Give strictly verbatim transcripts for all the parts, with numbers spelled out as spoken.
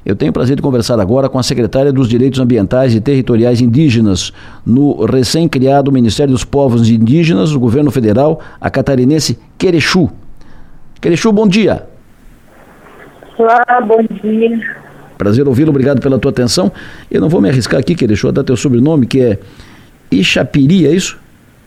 Eu tenho o prazer de conversar agora com a secretária dos Direitos Ambientais e Territoriais Indígenas no recém-criado Ministério dos Povos Indígenas do Governo Federal, a catarinense Querechú. Querechú, bom dia. Olá, bom dia. Prazer ouvi-lo, obrigado pela tua atenção. Eu não vou me arriscar aqui, Querechú, a dar teu sobrenome, que é Ixapiri, é isso?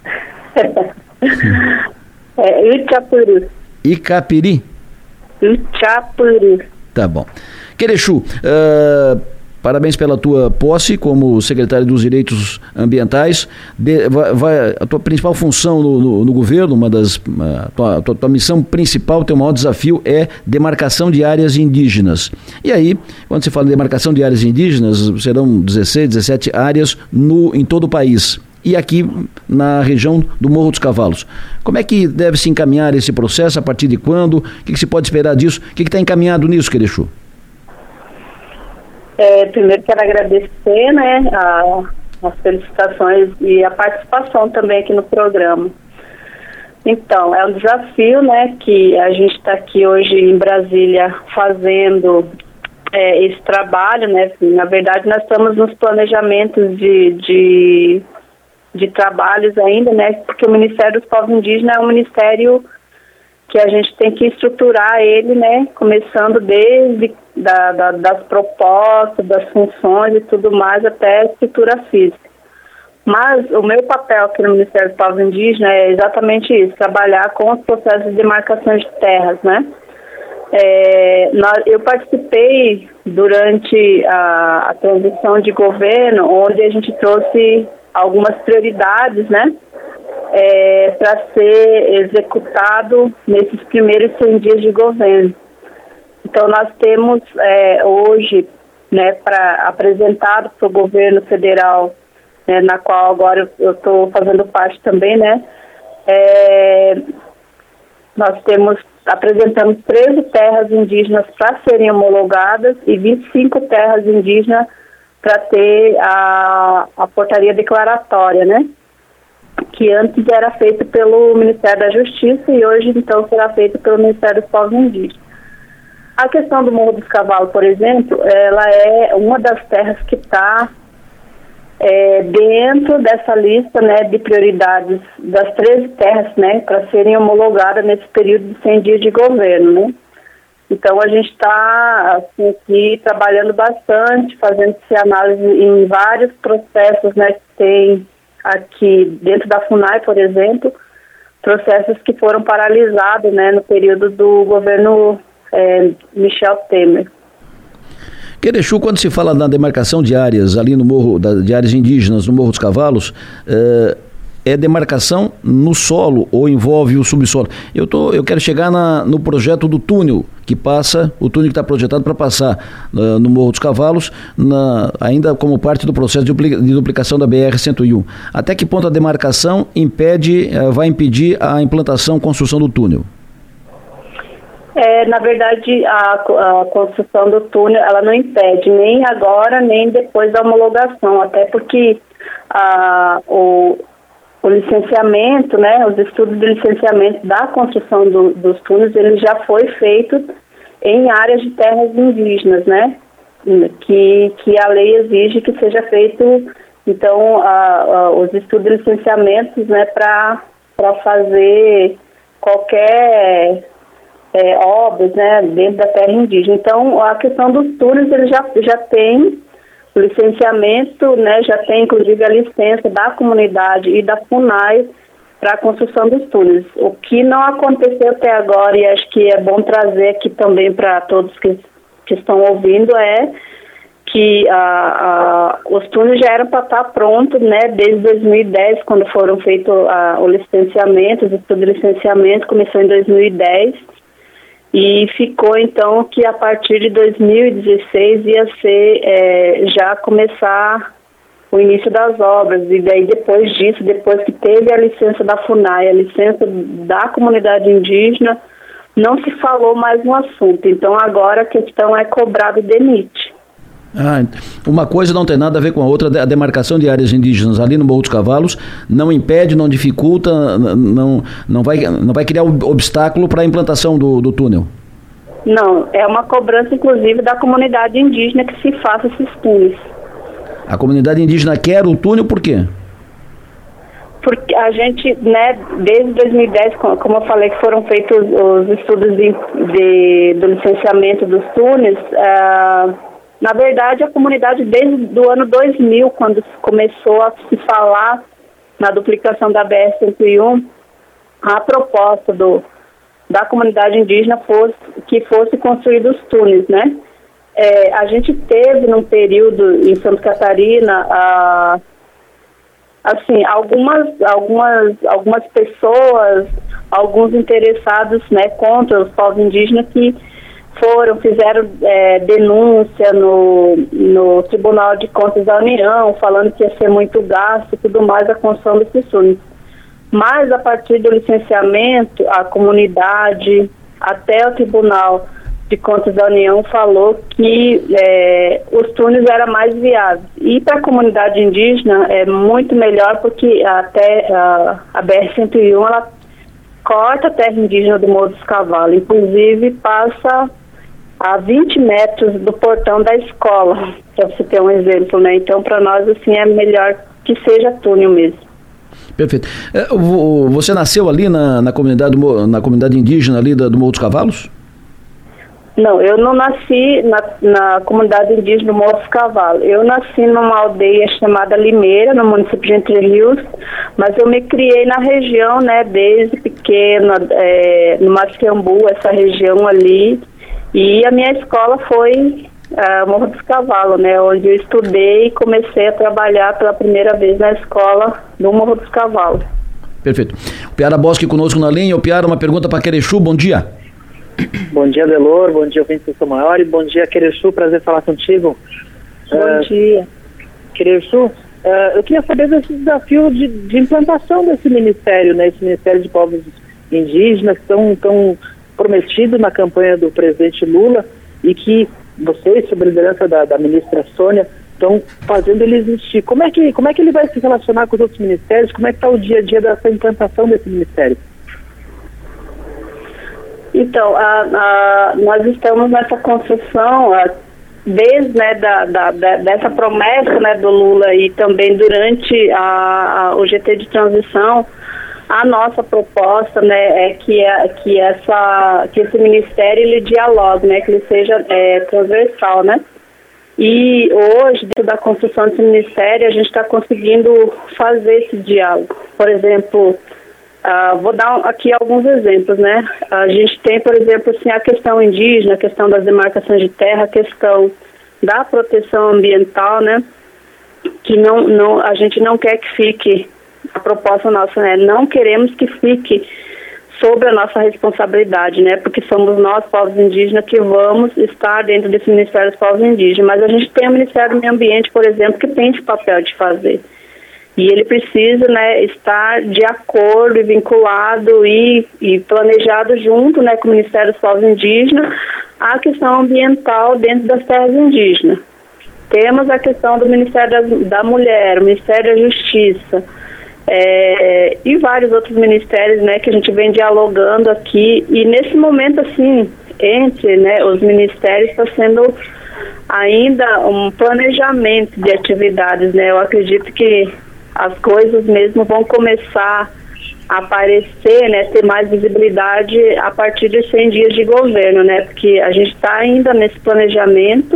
É Icapuru. Icapiri? Icapuru. Tá bom. Querechú, uh, parabéns pela tua posse como secretário dos Direitos Ambientais. De, vai, vai, a tua principal função no, no, no governo, uma das, a tua, tua, tua missão principal, teu maior desafio é demarcação de áreas indígenas. E aí, quando se fala em demarcação de áreas indígenas, serão dezesseis, dezessete áreas no, em todo o país. E aqui na região do Morro dos Cavalos. Como é que deve se encaminhar esse processo, a partir de quando? O que, que se pode esperar disso? O que está encaminhado nisso, Querechú? É, primeiro quero agradecer, né, a, as felicitações e a participação também aqui no programa. Então, é um desafio, né, que a gente está aqui hoje em Brasília fazendo é, esse trabalho, né. Na verdade, nós estamos nos planejamentos de... de de trabalhos ainda, né, porque o Ministério dos Povos Indígenas é um ministério que a gente tem que estruturar ele, né, começando desde da, da, das propostas, das funções e tudo mais, até a estrutura física. Mas o meu papel aqui no Ministério dos Povos Indígenas é exatamente isso, trabalhar com os processos de demarcação de terras, né. É, nós, eu participei durante a, a transição de governo, onde a gente trouxe algumas prioridades, né, é, para ser executado nesses primeiros cem dias de governo. Então, nós temos é, hoje, né, para apresentado para o governo federal, né, na qual agora eu estou fazendo parte também, né, é, nós temos, apresentamos treze terras indígenas para serem homologadas e vinte e cinco terras indígenas para ter a, a portaria declaratória, né? Que antes era feito pelo Ministério da Justiça e hoje, então, será feito pelo Ministério dos Povos Indígenas. A questão do Morro dos Cavalos, por exemplo, ela é uma das terras que está é, dentro dessa lista, né, de prioridades das treze terras, né, para serem homologadas nesse período de cem dias de governo, né? Então, a gente está assim, aqui trabalhando bastante, fazendo análise em vários processos, né, que tem aqui dentro da FUNAI, por exemplo, processos que foram paralisados, né, no período do governo é, Michel Temer. Querechú, quando se fala na demarcação de áreas ali no morro, de áreas indígenas no Morro dos Cavalos, é, é demarcação no solo ou envolve o subsolo? Eu, tô, eu quero chegar na, no projeto do túnel, que passa, o túnel que está projetado para passar uh, no Morro dos Cavalos, na, ainda como parte do processo de, de duplicação da B R cento e um. Até que ponto a demarcação impede, uh, vai impedir a implantação, construção do túnel? É, na verdade, a, a construção do túnel, ela não impede nem agora, nem depois da homologação, até porque a, o O licenciamento, né, os estudos de licenciamento da construção do, dos túneis, ele já foi feito em áreas de terras indígenas, né, que, que a lei exige que seja feito, então, a, a, os estudos de licenciamentos, né, para para fazer qualquer é, obras, né, dentro da terra indígena. Então, a questão dos túneis, ele já, já tem o licenciamento, né, já tem inclusive a licença da comunidade e da FUNAI para a construção dos túneis. O que não aconteceu até agora, e acho que é bom trazer aqui também para todos que, que estão ouvindo, é que a, a, os túneis já eram para estar prontos, né, desde dois mil e dez, quando foram feitos a, o licenciamento, os estudos de licenciamento, começou em dois mil e dez, e ficou então que a partir de dois mil e dezesseis ia ser é, já começar o início das obras, e daí depois disso, depois que teve a licença da FUNAI, a licença da comunidade indígena, não se falou mais no assunto. Então agora a questão é cobrar do D N I T. Ah, uma coisa não tem nada a ver com a outra. A demarcação de áreas indígenas ali no Morro dos Cavalos não impede, não dificulta, não, não, vai, não vai criar obstáculo para a implantação do, do túnel. Não, é uma cobrança, inclusive, da comunidade indígena que se faça esses túneis. A comunidade indígena quer o túnel por quê? Porque a gente, né, desde dois mil e dez, como eu falei, que foram feitos os estudos de, de, do licenciamento dos túneis, uh, na verdade, a comunidade, desde o ano dois mil, quando começou a se falar na duplicação da B R cento e um, a proposta do, da comunidade indígena fosse que fosse construídos os túneis, né? É, a gente teve, num período em Santa Catarina, a... assim, algumas, algumas, algumas pessoas, alguns interessados, né, contra os povos indígenas que foram, fizeram é, denúncia no, no Tribunal de Contas da União, falando que ia ser muito gasto e tudo mais a construção desses túneis. Mas, a partir do licenciamento, a comunidade, até o Tribunal de Contas da União falou que é, os túneis eram mais viáveis. E para a comunidade indígena é muito melhor porque até a, a B R cento e um ela corta a terra indígena do Morro dos Cavalos, inclusive passa a vinte metros do portão da escola, para você ter um exemplo, né? Então, para nós, assim, é melhor que seja túnel mesmo. Perfeito. Você nasceu ali na, na, comunidade, na comunidade indígena ali do Morro dos Cavalos? Não, eu não nasci na, na comunidade indígena do Morro dos Cavalos. Eu nasci numa aldeia chamada Limeira, no município de Entre Rios, mas eu me criei na região, né, desde pequena, é, no Mascambu, essa região ali, e a minha escola foi é, Morro dos Cavalos, né, onde eu estudei e comecei a trabalhar pela primeira vez na escola do Morro dos Cavalos. Perfeito. O Piara Bosque conosco na linha. O Piara, uma pergunta para Querexu, bom dia. Bom dia, Delor, bom dia, ouvinte do São Maior, e bom dia, Querexu, prazer falar contigo. Bom uh, dia. Querexu, uh, eu queria saber desse desafio de, de implantação desse ministério, né, esse Ministério de Povos Indígenas, que estão tão prometido na campanha do presidente Lula, e que vocês, sob a liderança da, da ministra Sônia, estão fazendo ele existir. Como é, que, como é que ele vai se relacionar com os outros ministérios? Como é que está o dia a dia dessa implantação desse ministério? Então, a, a, nós estamos nessa construção, a, desde né, da, da, da, dessa promessa, né, do Lula, e também durante a, a, o G T de transição, a nossa proposta, né, é que, é, que, essa, que esse ministério ele dialogue, né, que ele seja é, transversal, né? E hoje, dentro da construção desse ministério, a gente está conseguindo fazer esse diálogo. Por exemplo, Uh, vou dar aqui alguns exemplos, né? A gente tem, por exemplo, assim, a questão indígena, a questão das demarcações de terra, a questão da proteção ambiental, né? Que não, não, a gente não quer que fique, a proposta nossa, né? Não queremos que fique sobre a nossa responsabilidade, né? Porque somos nós, povos indígenas, que vamos estar dentro desse Ministério dos Povos Indígenas. Mas a gente tem o Ministério do Meio Ambiente, por exemplo, que tem esse papel de fazer. E ele precisa, né, estar de acordo e vinculado e, e planejado junto, né, com o Ministério dos Povos Indígenas a questão ambiental dentro das terras indígenas. Temos a questão do Ministério da, da Mulher, o Ministério da Justiça é, e vários outros ministérios, né, que a gente vem dialogando aqui. E nesse momento, assim, entre, né, os ministérios está sendo ainda um planejamento de atividades, né. Eu acredito que as coisas mesmo vão começar a aparecer, né, ter mais visibilidade a partir dos cem dias de governo, né, porque a gente está ainda nesse planejamento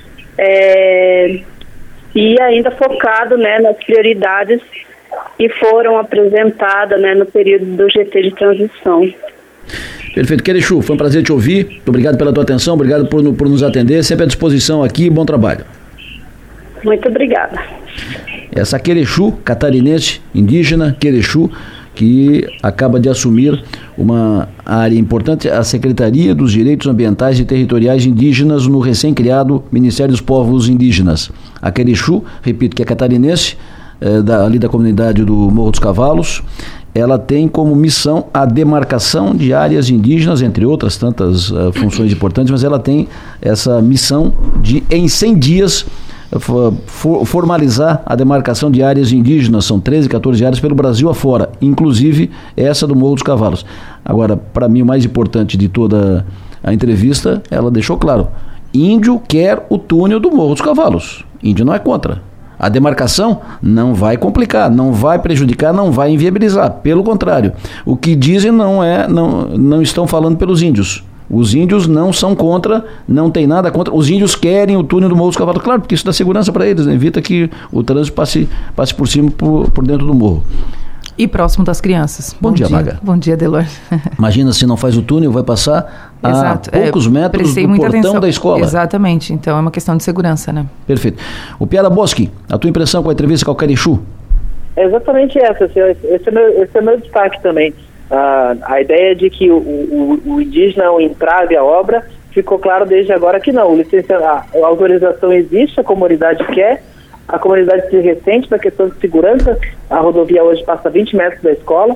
é, e ainda focado, né, nas prioridades que foram apresentadas, né, no período do G T de transição. Perfeito. Querexu, foi um prazer te ouvir, muito obrigado pela tua atenção, obrigado por, por nos atender, sempre à disposição aqui, bom trabalho. Muito obrigada. Essa Querexu, catarinense, indígena, Querexu, que acaba de assumir uma área importante, a Secretaria dos Direitos Ambientais e Territoriais Indígenas no recém-criado Ministério dos Povos Indígenas. A Querexu, repito que é catarinense, é, da, ali da comunidade do Morro dos Cavalos, ela tem como missão a demarcação de áreas indígenas, entre outras tantas uh, funções importantes, mas ela tem essa missão de, em cem dias, formalizar a demarcação de áreas indígenas. São treze, quatorze áreas pelo Brasil afora, inclusive essa do Morro dos Cavalos. Agora, para mim, o mais importante de toda a entrevista, ela deixou claro, índio quer o túnel do Morro dos Cavalos, índio não é contra. A demarcação não vai complicar, não vai prejudicar, não vai inviabilizar, pelo contrário, o que dizem não é, não, não estão falando pelos índios. Os índios não são contra, não tem nada contra. Os índios querem o túnel do Morro dos Cavalos, claro, porque isso dá segurança para eles, né? Evita que o trânsito passe, passe por cima, por, por dentro do morro. E próximo das crianças. Bom, Bom dia, dia, Maga. Bom dia, Delor. Imagina se não faz o túnel, vai passar a Exato. poucos é, metros do portão atenção. da escola. Exatamente, então é uma questão de segurança, né? Perfeito. O Piara Boschi, a tua impressão com a entrevista com o Carechu? É exatamente essa, senhor. Esse é meu, esse é meu destaque também. Ah, a ideia de que o, o, o indígena é um entrave à obra, ficou claro desde agora que não. O licença, a, a autorização existe, a comunidade quer, a comunidade se ressente da questão de segurança. A rodovia hoje passa vinte metros da escola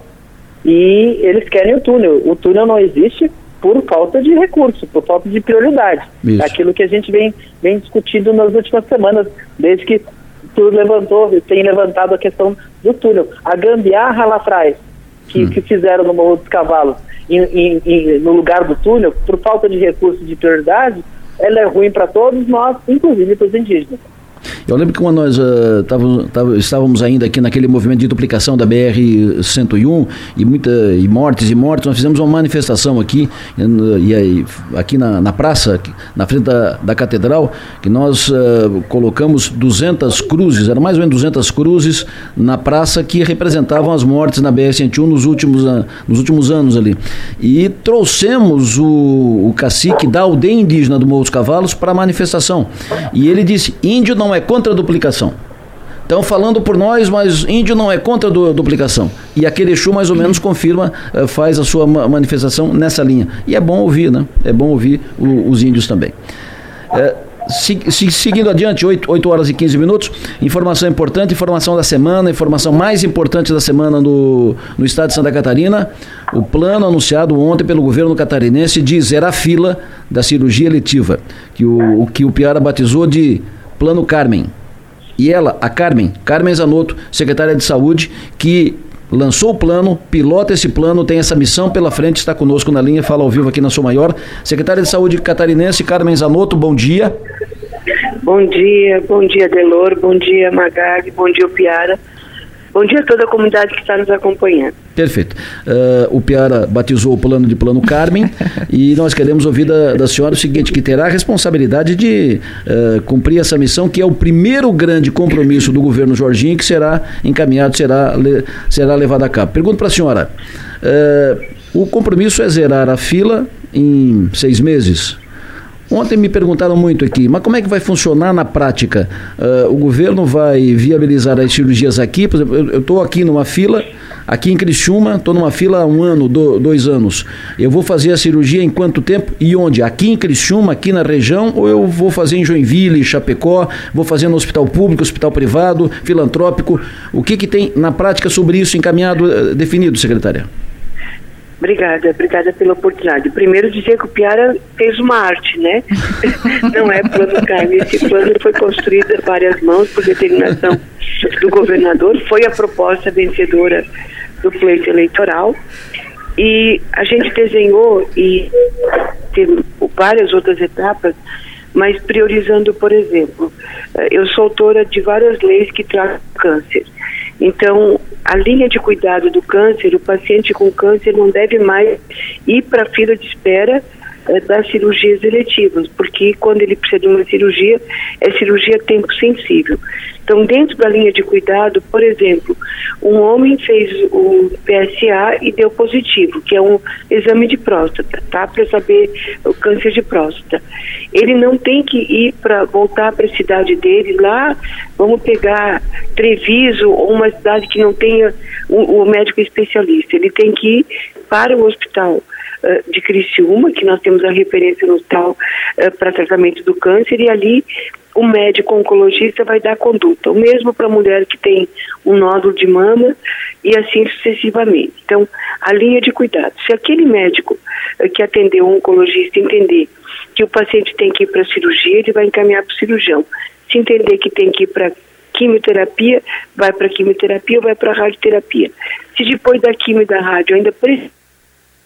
e eles querem o túnel. O túnel não existe por falta de recurso, por falta de prioridade. Isso. Aquilo que a gente vem, vem discutindo nas últimas semanas, desde que tu levantou, tem levantado a questão do túnel. A gambiarra lá atrás, que, hum. que fizeram no Morro dos Cavalos, em, em, em, no lugar do túnel, por falta de recurso de prioridade, ela é ruim para todos nós, inclusive para os indígenas. Eu lembro que quando nós uh, távamos, távamos, estávamos ainda aqui naquele movimento de duplicação da B R cento e um e, muita, e mortes e mortes, nós fizemos uma manifestação aqui, e, e aqui na, na praça, na frente da, da catedral, que nós uh, colocamos duzentas cruzes, eram mais ou menos duzentas cruzes na praça que representavam as mortes na B R cento e um nos últimos, uh, nos últimos anos ali. E trouxemos o, o cacique da aldeia indígena do Morro dos Cavalos para a manifestação. E ele disse, índio não é contra a duplicação. Estão falando por nós, mas índio não é contra a du- duplicação. E a Querechu mais ou menos confirma, uh, faz a sua ma- manifestação nessa linha. E é bom ouvir, né? É bom ouvir o, os índios também. Uh, se, se, seguindo adiante, oito horas e quinze minutos, informação importante, informação da semana, informação mais importante da semana no, no estado de Santa Catarina, o plano anunciado ontem pelo governo catarinense de zerar a fila da cirurgia eletiva, que o, o que o Piara batizou de Plano Carmen. E ela, a Carmen, Carmen Zanotto, secretária de Saúde, que lançou o plano, pilota esse plano, tem essa missão pela frente, está conosco na linha, fala ao vivo aqui na Sou Maior. Secretária de Saúde catarinense, Carmen Zanotto, bom dia. Bom dia, bom dia, Delor, bom dia, Magali, bom dia, Piara. Bom dia a toda a comunidade que está nos acompanhando. Perfeito. Uh, o Piara batizou o plano de Plano Carmen e nós queremos ouvir da, da senhora o seguinte, que terá a responsabilidade de uh, cumprir essa missão, que é o primeiro grande compromisso do governo Jorginho, que será encaminhado, será, le, será levado a cabo. Pergunto para a senhora, uh, o compromisso é zerar a fila em seis meses? Ontem me perguntaram muito aqui, mas como é que vai funcionar na prática? Uh, o governo vai viabilizar as cirurgias aqui? Por exemplo, eu estou aqui numa fila, aqui em Criciúma, estou numa fila há um ano, do, dois anos. Eu vou fazer a cirurgia em quanto tempo e onde? Aqui em Criciúma, aqui na região, ou eu vou fazer em Joinville, Chapecó, vou fazer no hospital público, hospital privado, filantrópico? O que, que tem na prática sobre isso encaminhado, uh, definido, secretária? Obrigada, obrigada pela oportunidade. Primeiro dizer que o Piara fez uma arte, né? Não é plano Carmen. Esse plano foi construído a várias mãos por determinação do governador. Foi a proposta vencedora do pleito eleitoral. E a gente desenhou e teve várias outras etapas, mas priorizando, por exemplo, eu sou autora de várias leis que tratam câncer. Então, a linha de cuidado do câncer, o paciente com câncer não deve mais ir para a fila de espera eh, das cirurgias eletivas, porque quando ele precisa de uma cirurgia, é cirurgia tempo sensível. Então, dentro da linha de cuidado, por exemplo, um homem fez o P S A e deu positivo, que é um exame de próstata, tá? Para saber o câncer de próstata. Ele não tem que ir para voltar para a cidade dele lá, vamos pegar Treviso ou uma cidade que não tenha o, o médico especialista. Ele tem que ir para o hospital uh, de Criciúma, que nós temos a referência no hospital uh, para tratamento do câncer, e ali o médico oncologista vai dar conduta. O mesmo para a mulher que tem um nódulo de mama e assim sucessivamente. Então, a linha de cuidado. Se aquele médico uh, que atendeu o oncologista entender que o paciente tem que ir para a cirurgia, ele vai encaminhar para o cirurgião. Se entender que tem que ir para quimioterapia, vai para quimioterapia ou vai para radioterapia. Se depois da quimio e da rádio ainda precisa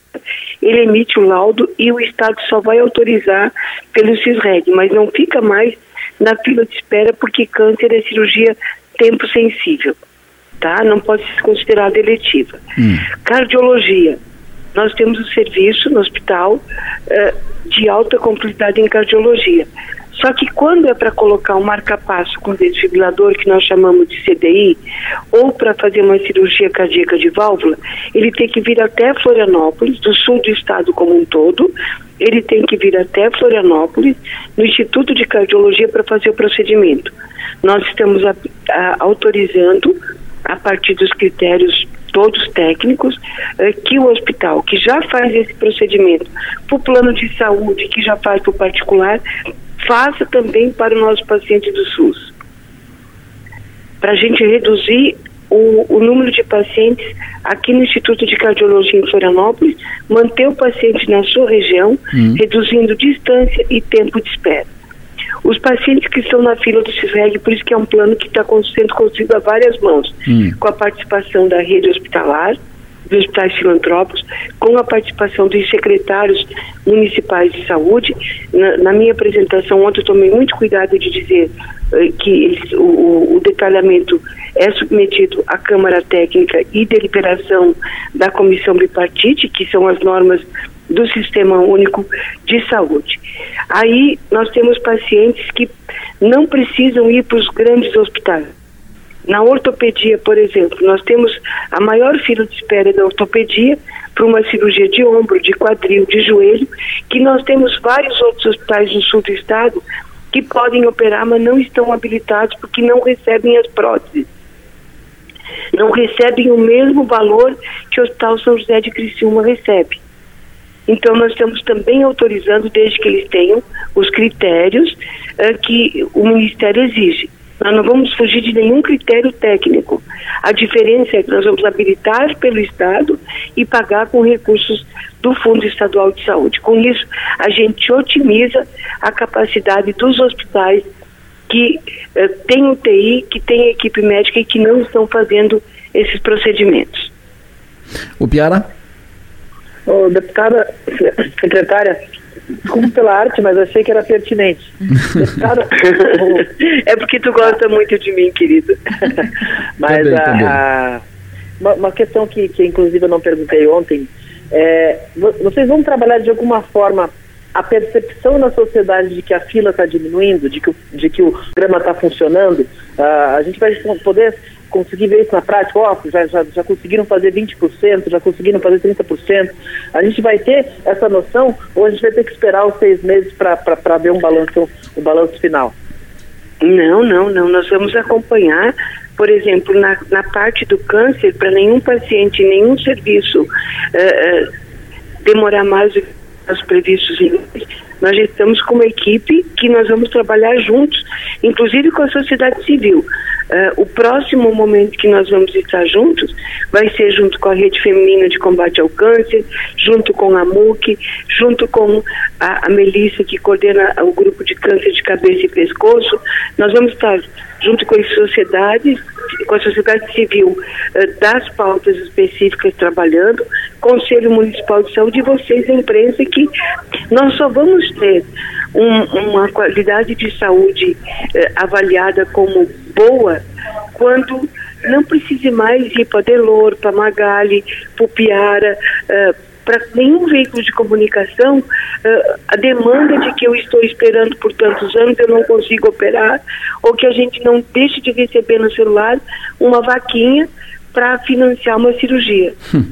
ele emite o laudo e o Estado só vai autorizar pelo CISREG, mas não fica mais na fila de espera porque câncer é cirurgia tempo sensível, tá? Não pode ser considerada eletiva. Hum. Cardiologia. Nós temos o serviço no hospital uh, de alta complexidade em cardiologia. Só que quando é para colocar um marca-passo com desfibrilador, que nós chamamos de C D I, ou para fazer uma cirurgia cardíaca de válvula, ele tem que vir até Florianópolis, do sul do estado como um todo, ele tem que vir até Florianópolis, no Instituto de Cardiologia, para fazer o procedimento. Nós estamos a, a, autorizando, a partir dos critérios todos técnicos, eh, que o hospital que já faz esse procedimento para o plano de saúde, que já faz para o particular, faça também para o nosso paciente do SUS. Para a gente reduzir o, o número de pacientes aqui no Instituto de Cardiologia em Florianópolis, manter o paciente na sua região, hum. reduzindo distância e tempo de espera. Os pacientes que estão na fila do CISREG, por isso que é um plano que está sendo construído a várias mãos, hum. com a participação da rede hospitalar, dos hospitais filantrópicos, com a participação dos secretários municipais de saúde. Na, na minha apresentação ontem eu tomei muito cuidado de dizer uh, que eles, o, o detalhamento é submetido à Câmara Técnica e deliberação da Comissão Bipartite, que são as normas do Sistema Único de Saúde. Aí nós temos pacientes que não precisam ir para os grandes hospitais. Na ortopedia, por exemplo, nós temos a maior fila de espera da ortopedia para uma cirurgia de ombro, de quadril, de joelho, que nós temos vários outros hospitais no sul do estado que podem operar, mas não estão habilitados porque não recebem as próteses. Não recebem o mesmo valor que o Hospital São José de Criciúma recebe. Então, nós estamos também autorizando, desde que eles tenham os critérios uh, que o Ministério exige. Nós não vamos fugir de nenhum critério técnico. A diferença é que nós vamos habilitar pelo Estado e pagar com recursos do Fundo Estadual de Saúde. Com isso, a gente otimiza a capacidade dos hospitais que uh, têm U T I, que têm equipe médica e que não estão fazendo esses procedimentos. O Piara? Ô, deputada, secretária, desculpa pela arte, mas achei que era pertinente. Deputada, é porque tu gosta muito de mim, querido. Mas também, a, também. A, uma, uma questão que, que inclusive eu não perguntei ontem, é, vocês vão trabalhar de alguma forma a percepção na sociedade de que a fila está diminuindo, de que, o, de que o programa está funcionando? Uh, a gente vai poder conseguir ver isso na prática. Ó, oh, já, já, já conseguiram fazer vinte por cento, já conseguiram fazer trinta por cento. A gente vai ter essa noção ou a gente vai ter que esperar os seis meses para ver um balanço, um balanço final? Não, não, não. Nós vamos acompanhar, por exemplo, na, na parte do câncer, para nenhum paciente, nenhum serviço uh, uh, demorar mais do que os previstos em lei. Nós já estamos com uma equipe que nós vamos trabalhar juntos, inclusive com a sociedade civil. Uh, o próximo momento que nós vamos estar juntos vai ser junto com a Rede Feminina de Combate ao Câncer, junto com a M U C, junto com a, a Melissa, que coordena o grupo de câncer de cabeça e pescoço. Nós vamos estar junto com as sociedades, com a sociedade civil uh, das pautas específicas trabalhando, Conselho Municipal de Saúde e vocês, a imprensa, que nós só vamos ter um, uma qualidade de saúde uh, avaliada como boa quando não precise mais ir para Delor, para Magali, para Piara, uh, para nenhum veículo de comunicação, uh, a demanda de que eu estou esperando por tantos anos, eu não consigo operar, ou que a gente não deixe de receber no celular uma vaquinha para financiar uma cirurgia. Hum.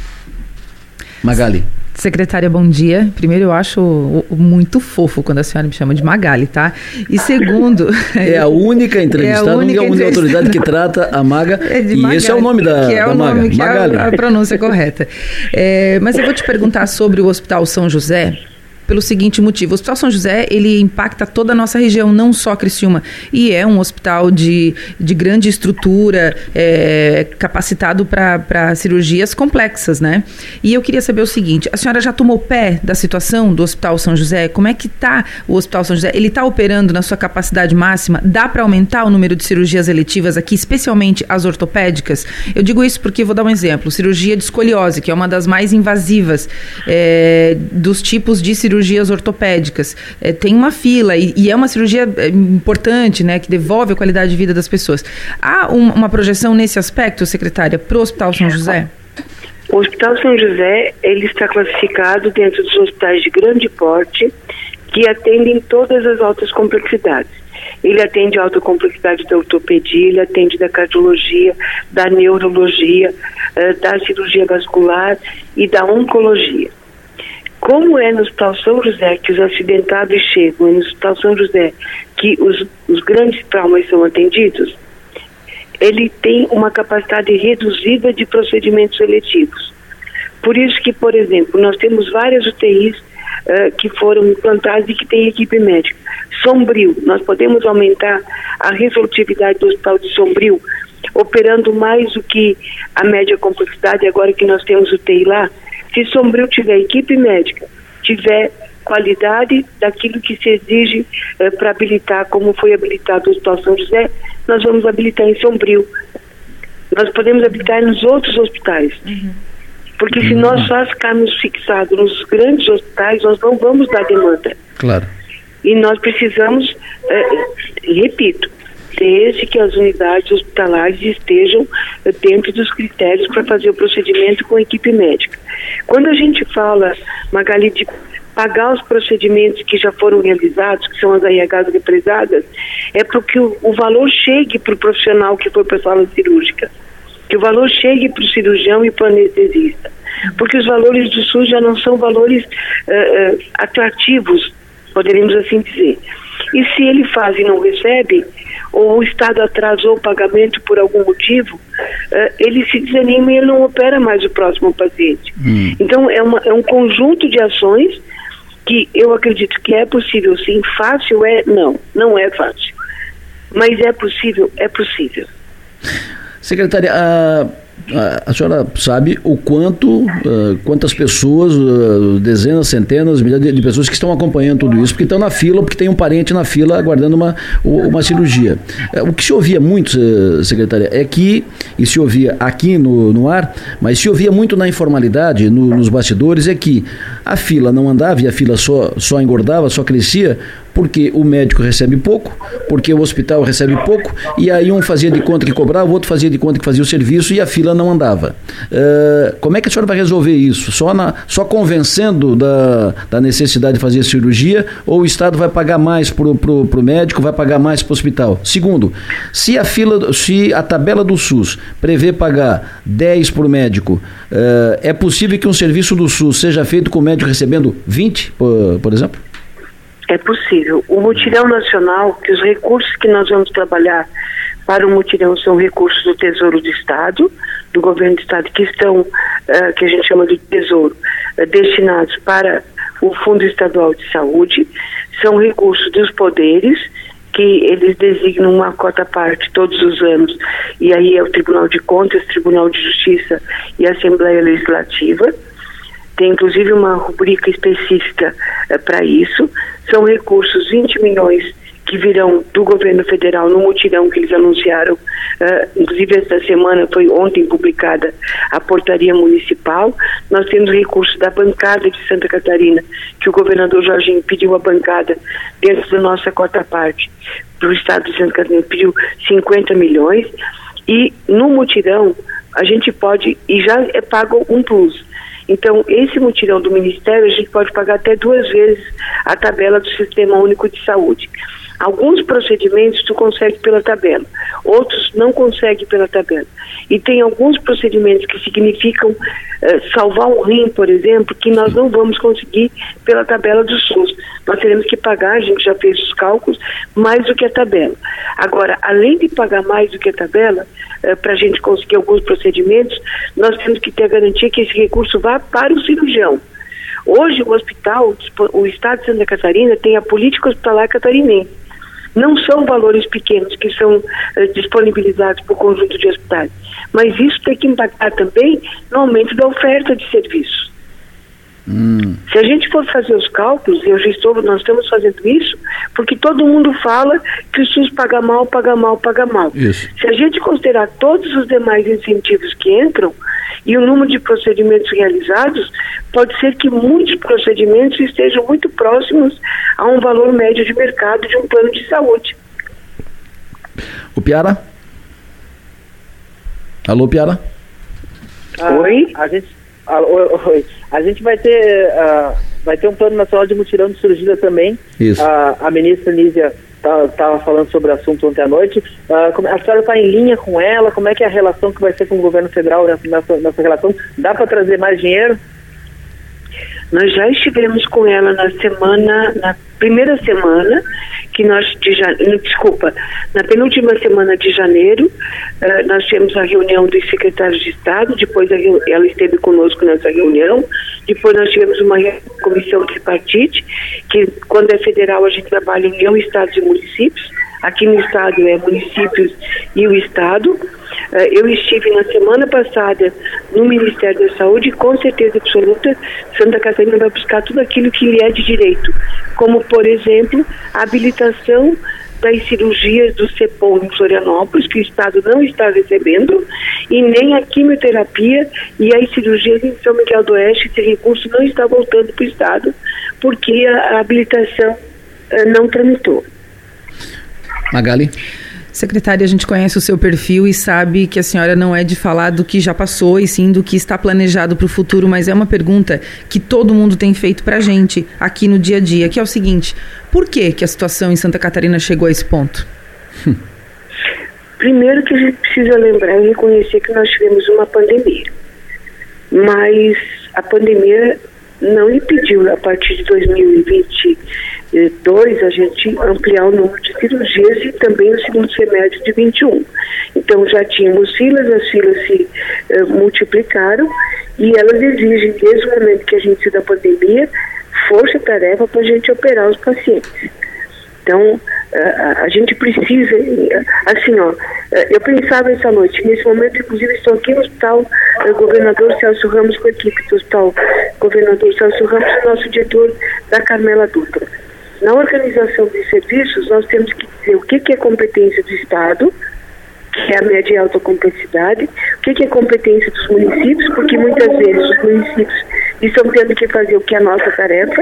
Magali. Secretária, bom dia. Primeiro, eu acho muito fofo quando a senhora me chama de Magali, tá? E segundo... É a única entrevistada, é a única, única autoridade que trata a Maga, é e Magali, esse é o nome da, que é da o Maga. Nome, que Magali. É a, a pronúncia correta. É, mas eu vou te perguntar sobre o Hospital São José, pelo seguinte motivo. O Hospital São José, ele impacta toda a nossa região, não só Criciúma, e é um hospital de, de grande estrutura, é, capacitado para cirurgias complexas, né? E eu queria saber o seguinte, a senhora já tomou pé da situação do Hospital São José? Como é que está o Hospital São José? Ele está operando na sua capacidade máxima? Dá para aumentar o número de cirurgias eletivas aqui, especialmente as ortopédicas? Eu digo isso porque, vou dar um exemplo, cirurgia de escoliose, que é uma das mais invasivas é, dos tipos de cirurgias ortopédicas. É, tem uma fila e, e é uma cirurgia importante, né, que devolve a qualidade de vida das pessoas. Há um, uma projeção nesse aspecto, secretária, para o Hospital São José? O Hospital São José, ele está classificado dentro dos hospitais de grande porte que atendem todas as altas complexidades. Ele atende a alta complexidade da ortopedia, ele atende da cardiologia, da neurologia, uh, da cirurgia vascular e da oncologia. Como é no Hospital São José que os acidentados chegam, é no Hospital São José que os, os grandes traumas são atendidos, ele tem uma capacidade reduzida de procedimentos seletivos. Por isso que, por exemplo, nós temos várias U T Is uh, que foram implantadas e que têm equipe médica. Sombrio, nós podemos aumentar a resolutividade do Hospital de Sombrio, operando mais do que a média complexidade, agora que nós temos U T I lá. Se Sombrio tiver equipe médica, tiver qualidade daquilo que se exige uh, para habilitar, como foi habilitado o Hospital São José, nós vamos habilitar em Sombrio. Nós podemos habilitar nos outros hospitais. Uhum. Porque se nós só ficarmos fixados nos grandes hospitais, nós não vamos dar demanda. Claro. E nós precisamos, uh, repito, desde que as unidades hospitalares estejam uh, dentro dos critérios para fazer o procedimento com a equipe médica. Quando a gente fala, Magali, de pagar os procedimentos que já foram realizados, que são as A I Hs represadas, é porque o, o valor chegue para o profissional que foi para a sala cirúrgica, que o valor chegue para o cirurgião e para o anestesista, porque os valores do SUS já não são valores uh, uh, atrativos, poderíamos assim dizer. E se ele faz e não recebe, ou o Estado atrasou o pagamento por algum motivo, uh, ele se desanima e ele não opera mais o próximo paciente. Hum. Então é, uma, é um conjunto de ações que eu acredito que é possível sim. Fácil é? Não, não é fácil. Mas é possível? É possível. Secretária, a, a, a senhora sabe o quanto, uh, quantas pessoas, uh, dezenas, centenas, milhares de, de pessoas que estão acompanhando tudo isso, porque estão na fila, porque tem um parente na fila aguardando uma, uma cirurgia. Uh, o que se ouvia muito, uh, secretária, é que, e se ouvia aqui no, no ar, mas se ouvia muito na informalidade, no, nos bastidores, é que a fila não andava e a fila só, só engordava, só crescia, porque o médico recebe pouco, porque o hospital recebe pouco, e aí um fazia de conta que cobrava, o outro fazia de conta que fazia o serviço e a fila não andava. Uh, como é que a senhora vai resolver isso? Só, na, só convencendo da, da necessidade de fazer cirurgia, ou o Estado vai pagar mais para o médico, vai pagar mais para o hospital? Segundo, se a fila, se a tabela do SUS prevê pagar dez por médico, uh, é possível que um serviço do SUS seja feito com o médico recebendo vinte, por, por exemplo? É possível. O mutirão nacional, que os recursos que nós vamos trabalhar para o mutirão são recursos do Tesouro do Estado, do Governo do Estado, que estão, uh, que a gente chama de Tesouro, uh, destinados para o Fundo Estadual de Saúde, são recursos dos poderes, que eles designam uma cota à parte todos os anos, e aí é o Tribunal de Contas, Tribunal de Justiça e a Assembleia Legislativa. Tem inclusive uma rubrica específica uh, para isso. São recursos, vinte milhões, que virão do governo federal no mutirão que eles anunciaram. Uh, inclusive esta semana, foi ontem publicada a portaria municipal. Nós temos recursos da bancada de Santa Catarina, que o governador Jorginho pediu a bancada dentro da nossa cota à parte para o estado de Santa Catarina, pediu cinquenta milhões. E no mutirão a gente pode, e já é pago um plus. Então, esse mutirão do Ministério, a gente pode pagar até duas vezes a tabela do Sistema Único de Saúde. Alguns procedimentos tu consegue pela tabela, outros não consegue pela tabela. E tem alguns procedimentos que significam uh, salvar um rim, por exemplo, que nós não vamos conseguir pela tabela do SUS. Nós teremos que pagar, a gente já fez os cálculos, mais do que a tabela. Agora, além de pagar mais do que a tabela, uh, para a gente conseguir alguns procedimentos, nós temos que ter a garantia que esse recurso vá para o cirurgião. Hoje o hospital, o Estado de Santa Catarina tem a política hospitalar catarinense. Não são valores pequenos que são uh, disponibilizados por conjunto de hospitais, mas isso tem que impactar também no aumento da oferta de serviços. Hum. Se a gente for fazer os cálculos, eu já estou, nós estamos fazendo isso, porque todo mundo fala que o SUS paga mal, paga mal, paga mal. Isso. Se a gente considerar todos os demais incentivos que entram e o número de procedimentos realizados, pode ser que muitos procedimentos estejam muito próximos a um valor médio de mercado de um plano de saúde. O Piara? Alô, Piara? Ah, Oi? A gente, ah, oi, a gente vai ter, uh, vai ter um plano nacional de mutirão de cirurgia também. Isso. Uh, a ministra Nízia estava falando sobre o assunto ontem à noite. Uh, a senhora está em linha com ela? Como é que é a relação que vai ser com o governo federal nessa, nessa, nessa relação? Dá para trazer mais dinheiro? Nós já estivemos com ela na semana, na primeira semana, que nós, de janeiro, desculpa, na penúltima semana de janeiro, uh, nós tivemos a reunião dos secretários de Estado, depois a, ela esteve conosco nessa reunião, depois nós tivemos uma comissão tripartite, que quando é federal a gente trabalha em União, Estados e Municípios, aqui no Estado é municípios e o Estado. Uh, eu estive na semana passada no Ministério da Saúde e com certeza absoluta Santa Catarina vai buscar tudo aquilo que lhe é de direito, como por exemplo a habilitação das cirurgias do CEPOM em Florianópolis, que o Estado não está recebendo, e nem a quimioterapia e as cirurgias em São Miguel do Oeste. Esse recurso não está voltando para o Estado porque a, a habilitação uh, não tramitou. Magali? Secretária, a gente conhece o seu perfil e sabe que a senhora não é de falar do que já passou e sim do que está planejado para o futuro, mas é uma pergunta que todo mundo tem feito para a gente aqui no dia a dia, que é o seguinte: por que que a situação em Santa Catarina chegou a esse ponto? Primeiro que a gente precisa lembrar e reconhecer que nós tivemos uma pandemia, mas a pandemia não impediu, a partir de dois mil e vinte e dois, a gente ampliar o número de cirurgias e também o segundo semestre de vinte e um. Então já tínhamos filas, as filas se uh, multiplicaram e elas exigem, desde o momento que a gente se da pandemia, força-tarefa para a gente operar os pacientes. Então, a, a gente precisa, assim, ó, eu pensava essa noite, nesse momento, inclusive, estou aqui no Hospital uh, Governador Celso Ramos, com a equipe do Hospital Governador Celso Ramos, e o nosso diretor da Carmela Dutra. Na organização dos serviços, nós temos que dizer o que, que é competência do Estado, que é a média e alta complexidade, o que, que é competência dos municípios, porque muitas vezes os municípios estão tendo que fazer o que é a nossa tarefa,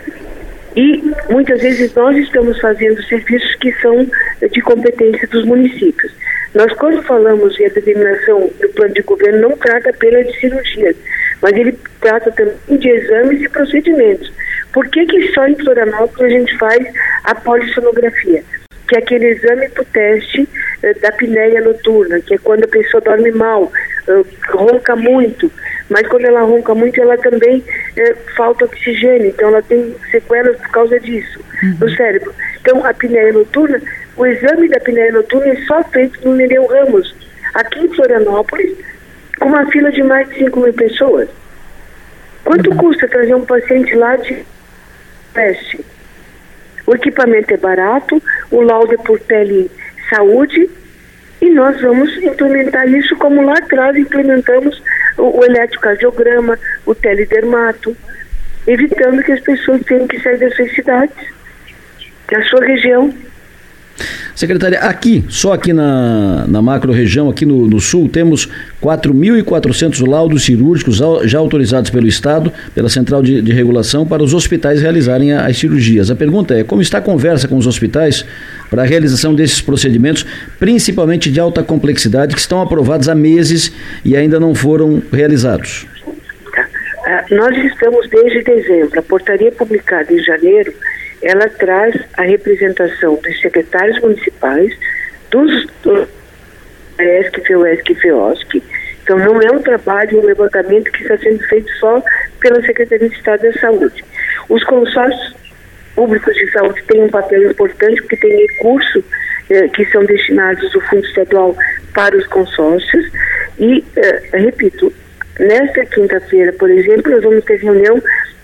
e muitas vezes nós estamos fazendo serviços que são de competência dos municípios. Nós, quando falamos em a determinação do plano de governo, não trata apenas de cirurgias, mas ele trata também de exames e procedimentos. Por que que só em Florianópolis a gente faz a polissonografia? Que é aquele exame para o teste eh, da apneia noturna, que é quando a pessoa dorme mal, eh, ronca muito, mas quando ela ronca muito, ela também eh, falta oxigênio, então ela tem sequelas por causa disso, uhum. no cérebro. Então, a apneia noturna, o exame da apneia noturna é só feito no Nereu Ramos, aqui em Florianópolis, com uma fila de mais de cinco mil pessoas. Quanto custa trazer um paciente lá de teste? O equipamento é barato, o laudo é por telesaúde, e nós vamos implementar isso como lá atrás implementamos o, o eletrocardiograma, o teledermato, evitando que as pessoas tenham que sair das suas cidades, da sua região. Secretária, aqui, só aqui na, na macro-região, aqui no, no sul, temos quatro mil e quatrocentos laudos cirúrgicos já autorizados pelo Estado, pela Central de, de Regulação, para os hospitais realizarem as cirurgias. A pergunta é, como está a conversa com os hospitais para a realização desses procedimentos, principalmente de alta complexidade, que estão aprovados há meses e ainda não foram realizados? Uh, nós estamos desde dezembro. A portaria publicada em janeiro, ela traz a representação dos secretários municipais, dos, dos E S C, F E U E S C e F E O S C. Então não é um trabalho, um levantamento que está sendo feito só pela Secretaria de Estado da Saúde. Os consórcios públicos de saúde têm um papel importante porque tem recursos eh, que são destinados do Fundo Estadual para os consórcios e, eh, repito, nesta quinta-feira, por exemplo, nós vamos ter reunião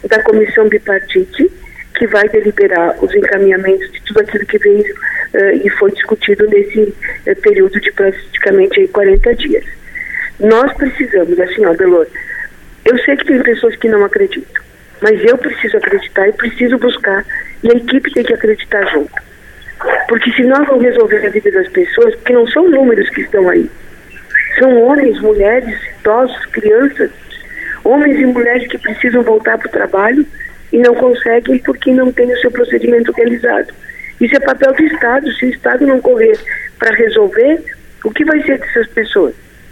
da comissão bipartite, que vai deliberar os encaminhamentos de tudo aquilo que veio uh, e foi discutido nesse uh, período de praticamente aí, quarenta dias. Nós precisamos, assim, ó, Delor, eu sei que tem pessoas que não acreditam, mas eu preciso acreditar e preciso buscar, e a equipe tem que acreditar junto. Porque se nós não resolver a vida das pessoas, porque não são números que estão aí, são homens, mulheres, idosos, crianças, homens e mulheres que precisam voltar para o trabalho e não conseguem porque não tem o seu procedimento realizado. Isso é papel do Estado. Se o Estado não correr para resolver, o que vai ser dessas pessoas?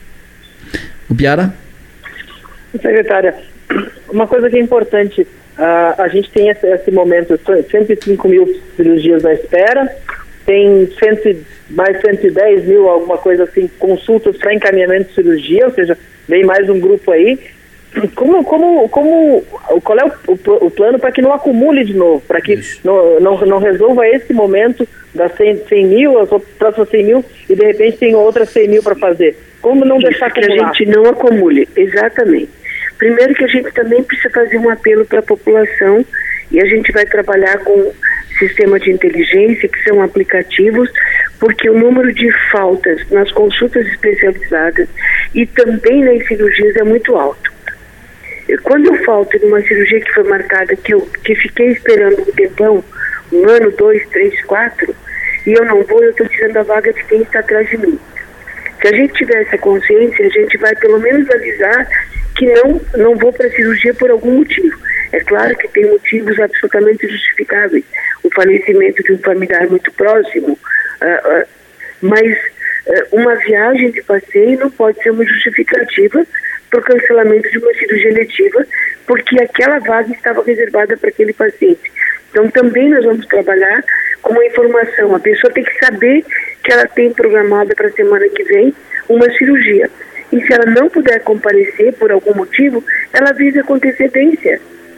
O Piara? Secretária, uma coisa que é importante, uh, a gente tem esse, esse momento, cento e cinco mil cirurgias na espera, tem cem, mais cento e dez mil, alguma coisa assim, consultas para encaminhamento de cirurgia, ou seja, vem mais um grupo aí. Como, como, como, qual é o, o, o plano para que não acumule de novo, para que não, não, não resolva esse momento das cem, cem mil, as próximas cem mil, e de repente tem outras cem mil para fazer? Como não deixar que acumular? A gente não acumule, exatamente. Primeiro que a gente também precisa fazer um apelo para a população, e a gente vai trabalhar com sistema de inteligência, que são aplicativos, porque o número de faltas nas consultas especializadas e também nas cirurgias é muito alto. Quando eu falto numa cirurgia que foi marcada, que eu que fiquei esperando um tempão, um ano, dois, três, quatro, e eu não vou, eu estou tirando a vaga de quem está atrás de mim. Se a gente tiver essa consciência, a gente vai pelo menos avisar que não, não vou para a cirurgia por algum motivo. É claro que tem motivos absolutamente justificáveis. O falecimento de um familiar muito próximo, uh, uh, mas uh, uma viagem de passeio não pode ser uma justificativa para o cancelamento de uma cirurgia eletiva, porque aquela vaga estava reservada para aquele paciente. Então também nós vamos trabalhar com uma informação. A pessoa tem que saber que ela tem programada para a semana que vem uma cirurgia. E se ela não puder comparecer por algum motivo, ela avisa com antecedência.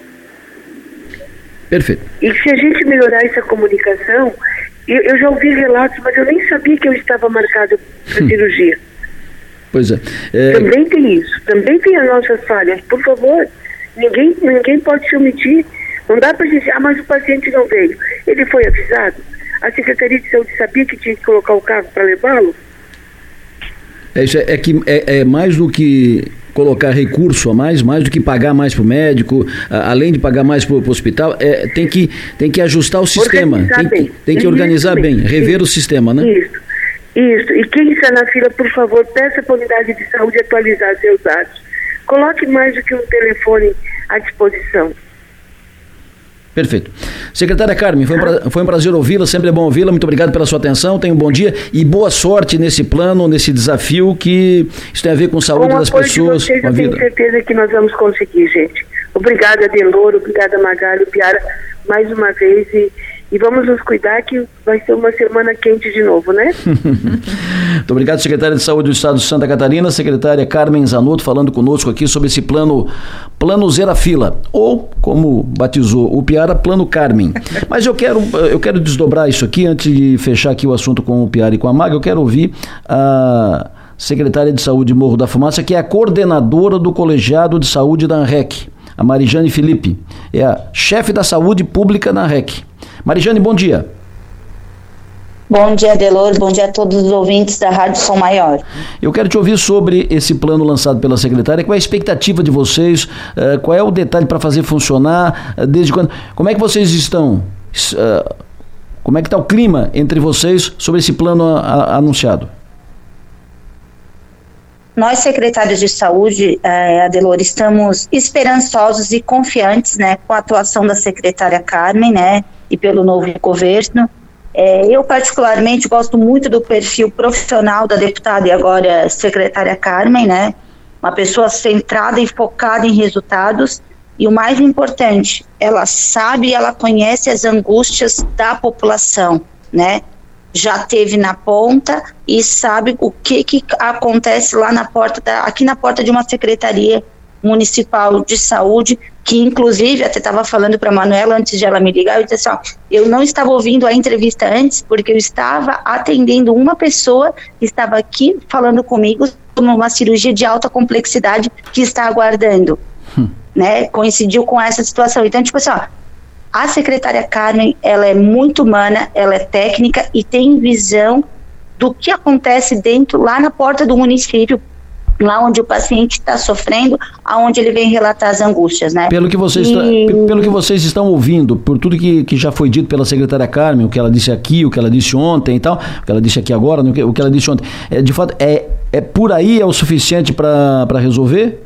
Perfeito. E se a gente melhorar essa comunicação, eu, eu já ouvi relatos, mas eu nem sabia que eu estava marcado para hum. cirurgia. Pois é. é. Também tem isso, também tem as nossas falhas. Por favor, ninguém, ninguém pode se omitir. Não dá para dizer, ah, mas o paciente não veio. Ele foi avisado? A Secretaria de Saúde sabia que tinha que colocar o carro para levá-lo? É, isso é, é que é, é mais do que colocar recurso a mais, mais do que pagar mais para o médico, a, além de pagar mais para o hospital, é, tem, que, tem que ajustar o sistema, organizar tem, bem. tem que isso organizar bem. bem, rever isso. o sistema, né? Isso, isso. E quem está na fila, por favor, peça para a unidade de saúde atualizar seus dados. Coloque mais do que um telefone à disposição. Perfeito. Secretária Carmen, foi um, pra, foi um prazer ouvi-la, sempre é bom ouvi-la, muito obrigado pela sua atenção, tenha um bom dia e boa sorte nesse plano, nesse desafio, que isso tem a ver com a saúde com das pessoas, de vocês, com a vida. Eu tenho certeza que nós vamos conseguir, gente. Obrigada, Delor, obrigada, Magalho, Piara, mais uma vez, e, e vamos nos cuidar que vai ser uma semana quente de novo, né? Muito obrigado, secretária de Saúde do Estado de Santa Catarina, secretária Carmen Zanotto, falando conosco aqui sobre esse plano, plano Zera Fila, ou, como batizou o Piara, plano Carmen. Mas eu quero, eu quero desdobrar isso aqui, antes de fechar aqui o assunto com o Piara e com a Maga, eu quero ouvir a secretária de Saúde de Morro da Fumaça, que é a coordenadora do Colegiado de Saúde da ANREC, a Marijane Felipe, é a chefe da saúde pública na ANREC. Marijane, bom dia. Bom dia, Delor, bom dia a todos os ouvintes da Rádio Som Maior. Eu quero te ouvir sobre esse plano lançado pela secretária, qual é a expectativa de vocês, uh, qual é o detalhe para fazer funcionar, uh, desde quando, como é que vocês estão, uh, como é que está o clima entre vocês sobre esse plano a, a, anunciado? Nós, secretários de saúde, eh, Adelor, estamos esperançosos e confiantes, né, com a atuação da secretária Carmen, né, e pelo novo governo. É, eu, particularmente, gosto muito do perfil profissional da deputada e agora secretária Carmen, né? Uma pessoa centrada e focada em resultados. E o mais importante, ela sabe e ela conhece as angústias da população, né? Já teve na ponta e sabe o que, que acontece lá na porta, da, aqui na porta de uma secretaria municipal de saúde, que inclusive, até estava falando para a Manuela antes de ela me ligar, eu disse assim, ó, eu não estava ouvindo a entrevista antes, porque eu estava atendendo uma pessoa que estava aqui falando comigo sobre uma cirurgia de alta complexidade que está aguardando. Hum. né, coincidiu com essa situação. Então, tipo assim, ó, a secretária Carmen, ela é muito humana, ela é técnica e tem visão do que acontece dentro, lá na porta do município, lá onde o paciente está sofrendo, aonde ele vem relatar as angústias, né? Pelo que vocês, e... pelo que vocês estão ouvindo, por tudo que, que já foi dito pela secretária Carmen, o que ela disse aqui, o que ela disse ontem e tal, o que ela disse aqui agora, o que, o que ela disse ontem, é, de fato, é, é por aí é o suficiente para resolver?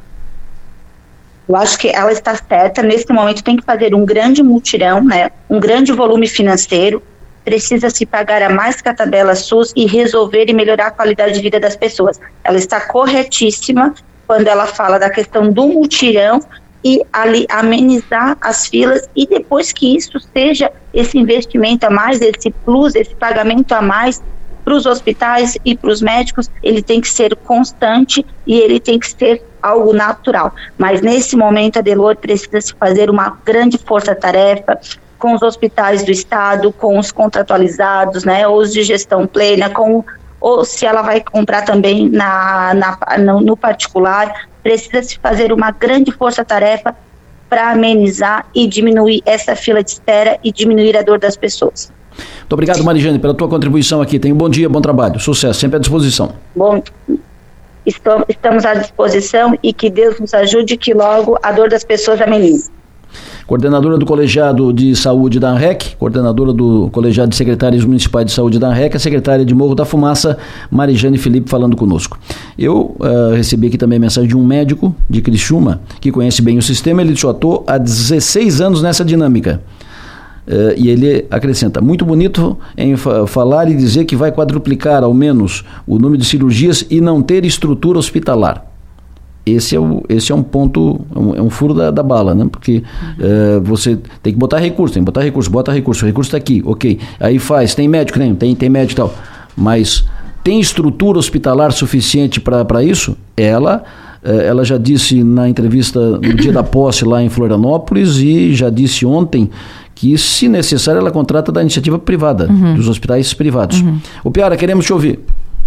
Eu acho que ela está certa, nesse momento tem que fazer um grande mutirão, né? Um grande volume financeiro, precisa se pagar a mais que a tabela SUS e resolver e melhorar a qualidade de vida das pessoas. Ela está corretíssima quando ela fala da questão do mutirão e ali amenizar as filas, e depois que isso seja esse investimento a mais, esse plus, esse pagamento a mais para os hospitais e para os médicos, ele tem que ser constante e ele tem que ser algo natural. Mas nesse momento a Delor precisa se fazer uma grande força-tarefa com os hospitais do estado, com os contratualizados, né, ou os de gestão plena, com, ou se ela vai comprar também na, na, no, no particular, precisa se fazer uma grande força-tarefa para amenizar e diminuir essa fila de espera e diminuir a dor das pessoas. Muito obrigado, Marijane, pela tua contribuição aqui. Tenha um bom dia, bom trabalho, sucesso, sempre à disposição. Bom, estamos à disposição e que Deus nos ajude, que logo a dor das pessoas amenize. Coordenadora do Colegiado de Saúde da ANREC, coordenadora do Colegiado de Secretários Municipais de Saúde da ANREC, a secretária de Morro da Fumaça, Marijane Felipe, falando conosco. Eu uh, recebi aqui também a mensagem de um médico de Criciúma, que conhece bem o sistema. Ele só atuou há dezesseis anos nessa dinâmica. Uh, e ele acrescenta, muito bonito em fa- falar e dizer que vai quadruplicar ao menos o número de cirurgias e não ter estrutura hospitalar. Esse é, o, esse é um ponto, é um, é um furo da, da bala, né? Porque uhum. uh, você tem que botar recurso, tem que botar recurso, bota recurso, o recurso está aqui, ok. Aí faz, tem médico, tem, tem, tem médico e tal. Mas tem estrutura hospitalar suficiente para isso? Ela, uh, ela já disse na entrevista no dia da posse lá em Florianópolis e já disse ontem que, se necessário, ela contrata da iniciativa privada, uhum. dos hospitais privados. Uhum. O Piara, queremos te ouvir.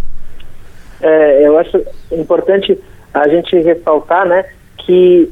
É, eu acho importante a gente ressaltar, né, que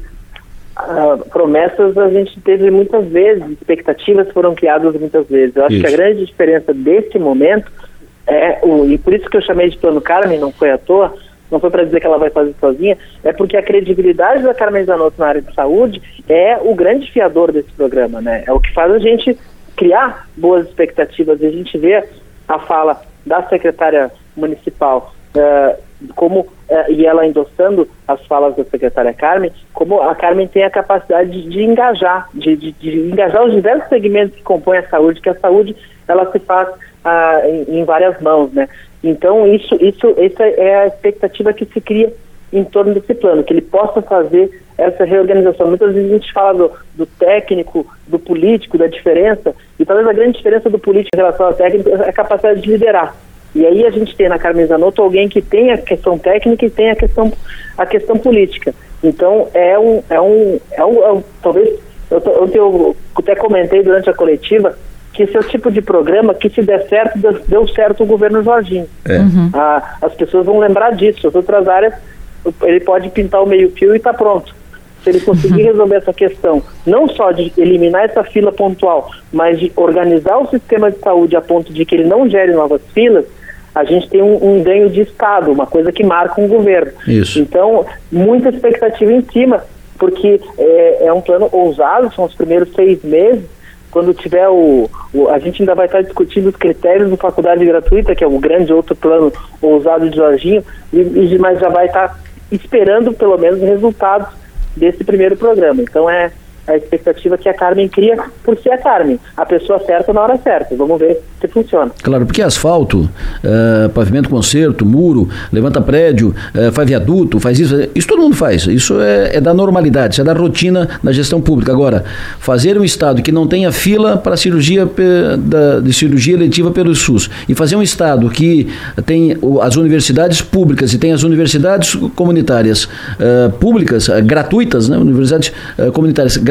uh, promessas a gente teve muitas vezes, expectativas foram criadas muitas vezes. Eu acho isso. Que a grande diferença desse momento é, o, e por isso que eu chamei de Plano Carmen, não foi à toa, não foi para dizer que ela vai fazer sozinha, é porque a credibilidade da Carmen Zanotto na área de saúde é o grande fiador desse programa, né? É o que faz a gente criar boas expectativas, e a gente vê a fala da secretária municipal, uh, como uh, e ela endossando as falas da secretária Carmen, como a Carmen tem a capacidade de, de engajar, de, de, de engajar os diversos segmentos que compõem a saúde, que a saúde ela se faz uh, em, em várias mãos, né? Então isso, isso, essa é a expectativa que se cria em torno desse plano, que ele possa fazer essa reorganização. Muitas vezes a gente fala do, do técnico, do político, da diferença, e talvez a grande diferença do político em relação ao técnico é a capacidade de liderar. E aí a gente tem na Carmen Zanotto alguém que tem a questão técnica e tem a questão, a questão política. Então é um, é um, é um, é um talvez, eu, eu, eu até comentei durante a coletiva que esse é o tipo de programa que, se der certo, deu, deu certo o governo Jorginho. É. Uhum. Ah, as pessoas vão lembrar disso. As outras áreas, ele pode pintar o meio-fio e está pronto. Se ele conseguir uhum. resolver essa questão, não só de eliminar essa fila pontual, mas de organizar o sistema de saúde a ponto de que ele não gere novas filas, a gente tem um, um ganho de Estado, uma coisa que marca um governo. Isso. Então, muita expectativa em cima, porque é, é um plano ousado, são os primeiros seis meses. Quando tiver o, o... A gente ainda vai estar discutindo os critérios do Faculdade Gratuita, que é um grande outro plano ousado de Jorginho, e, e, mas já vai estar esperando, pelo menos, resultados desse primeiro programa. Então é a expectativa que a Carmen cria por ser a Carmen, a pessoa certa na hora certa. Vamos ver se funciona. Claro, porque asfalto, uh, pavimento concerto, muro, levanta prédio, uh, faz viaduto, faz isso, isso todo mundo faz. Isso é, é da normalidade, isso é da rotina da gestão pública. Agora, fazer um estado que não tenha fila para cirurgia pe, da, de cirurgia eletiva pelo SUS, e fazer um estado que tem as universidades públicas e tem as universidades comunitárias uh, públicas, uh, gratuitas, né? Universidades uh, comunitárias gratuitas,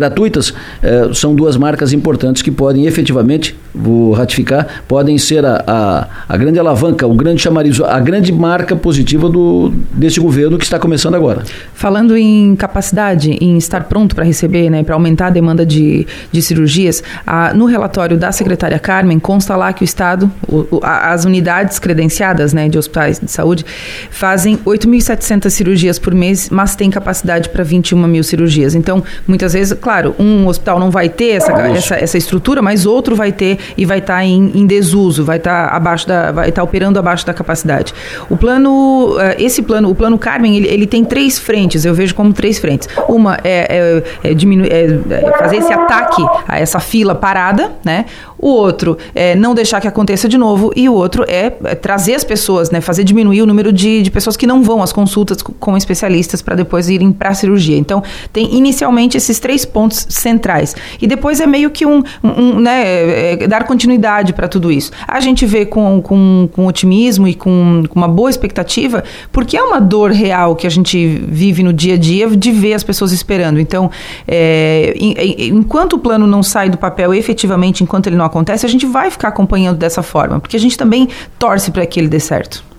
gratuitas, eh, são duas marcas importantes que podem efetivamente, vou ratificar, podem ser a, a, a grande alavanca, o grande chamariz, a grande marca positiva do, desse governo que está começando agora. Falando em capacidade, em estar pronto para receber, né, para aumentar a demanda de, de cirurgias, a, no relatório da secretária Carmen, consta lá que o Estado, o, o, as unidades credenciadas, né, de hospitais de saúde, fazem oito mil e setecentas cirurgias por mês, mas tem capacidade para vinte e uma mil cirurgias. Então, muitas vezes, claro, um hospital não vai ter essa, essa, essa estrutura, mas outro vai ter e vai estar tá em, em desuso, vai estar tá abaixo da, vai estar tá operando abaixo da capacidade. O plano, esse plano, o plano Carmen, ele, ele tem três frentes, eu vejo como três frentes. Uma é, é, é, diminu- é, é fazer esse ataque a essa fila parada, né? O outro é não deixar que aconteça de novo, e o outro é, é trazer as pessoas, né, fazer diminuir o número de, de pessoas que não vão às consultas com especialistas para depois irem para a cirurgia. Então, tem inicialmente esses três pontos centrais. E depois é meio que um, um, um né, é, é dar continuidade para tudo isso. A gente vê com, com, com otimismo e com, com uma boa expectativa, porque é uma dor real que a gente vive no dia a dia de ver as pessoas esperando. Então, é, enquanto o plano não sai do papel efetivamente, enquanto ele não acontece, a gente vai ficar acompanhando dessa forma, porque a gente também torce para que ele dê certo.